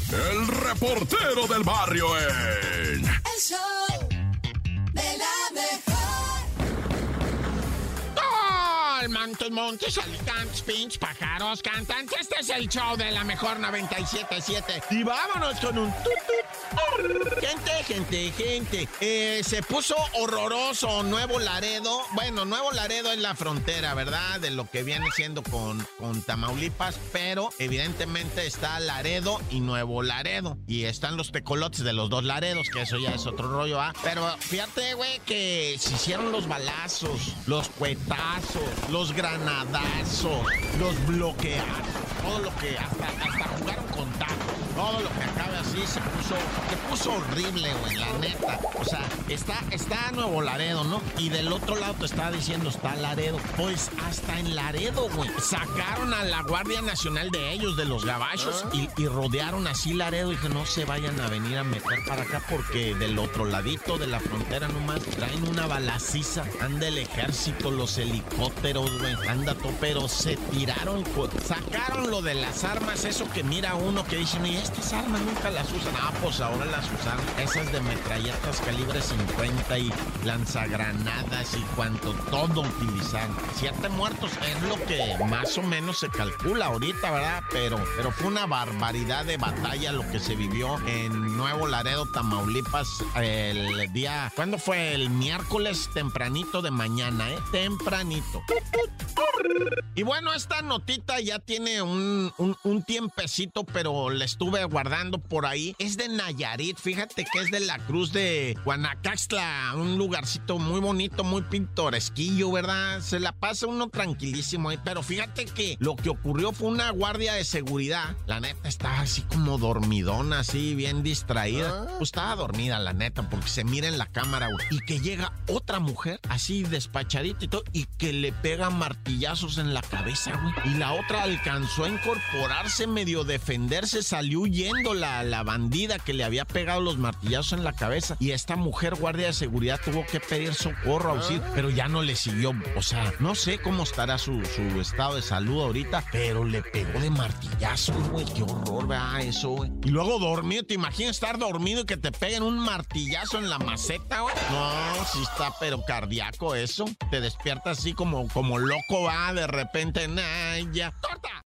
el reportero del barrio en... El show de la mejor. Montes, alicantes, pinch, pájaros, cantantes. Este es el show de la mejor 97.7. Y vámonos con un Gente. Se puso horroroso Nuevo Laredo. Bueno, Nuevo Laredo es la frontera, ¿verdad? De lo que viene siendo con Tamaulipas. Pero evidentemente está Laredo y Nuevo Laredo. Y están los tecolotes de los dos Laredos, que eso ya es otro rollo, ¿ah? Pero fíjate, güey, que se hicieron los balazos, los cuetazos, los granadazos, los bloqueazos, todo lo que hasta jugaron con tacos, todo lo que acabe así se puso horrible, güey, la neta. O sea, está Nuevo Laredo, ¿no? Y del otro lado te estaba diciendo, está Laredo. Pues hasta en Laredo, güey, sacaron a la Guardia Nacional de ellos, de los gabachos, y rodearon así Laredo. Y dije, no se vayan a venir a meter para acá porque del otro ladito de la frontera nomás traen una balaciza. Anda el ejército, los helicópteros, güey, anda todo, pero se tiraron, sacaron lo de las armas, eso que mira uno que dicen, y estas armas nunca las usan. Ah, pues ahora las usaron, esas de metralletas calibre 50 y lanzagranadas y cuanto, todo utilizaron. 7 muertos es lo que más o menos se calcula ahorita, ¿verdad? Pero fue una barbaridad de batalla lo que se vivió en Nuevo Laredo, Tamaulipas, el día, ¿cuándo fue? El miércoles tempranito de mañana, tempranito. Y bueno, esta notita ya tiene un tiempecito, pero la estuve guardando por ahí. Es de Nayarit, fíjate que es de la Cruz de Guanacaxtla, un lugarcito muy bonito, muy pintoresquillo, ¿verdad? Se la pasa uno tranquilísimo ahí, pero fíjate que lo que ocurrió fue una guardia de seguridad. La neta estaba así como dormidona, así bien distraída. Pues estaba dormida, la neta, porque se mira en la cámara, güey. Y que llega otra mujer, así despachadita y todo, y que le pega martillazos en la cabeza, güey. Y la otra alcanzó a incorporarse, medio defenderse, salió huyendo la bandida que le había pegado los martillazos en la cabeza. Y esta mujer, guardia de seguridad, tuvo que pedir socorro, auxilio, pero ya no le siguió. O sea, no sé cómo estará su estado de salud ahorita, pero le pegó de martillazo, güey. Qué horror, ¿verdad? Eso, güey. Y luego dormido, ¿te imaginas estar dormido y que te peguen un martillazo en la maceta, güey? No, sí está, pero cardíaco eso. Te despiertas así como loco, va, de repente, nah, ya. ¡Torta!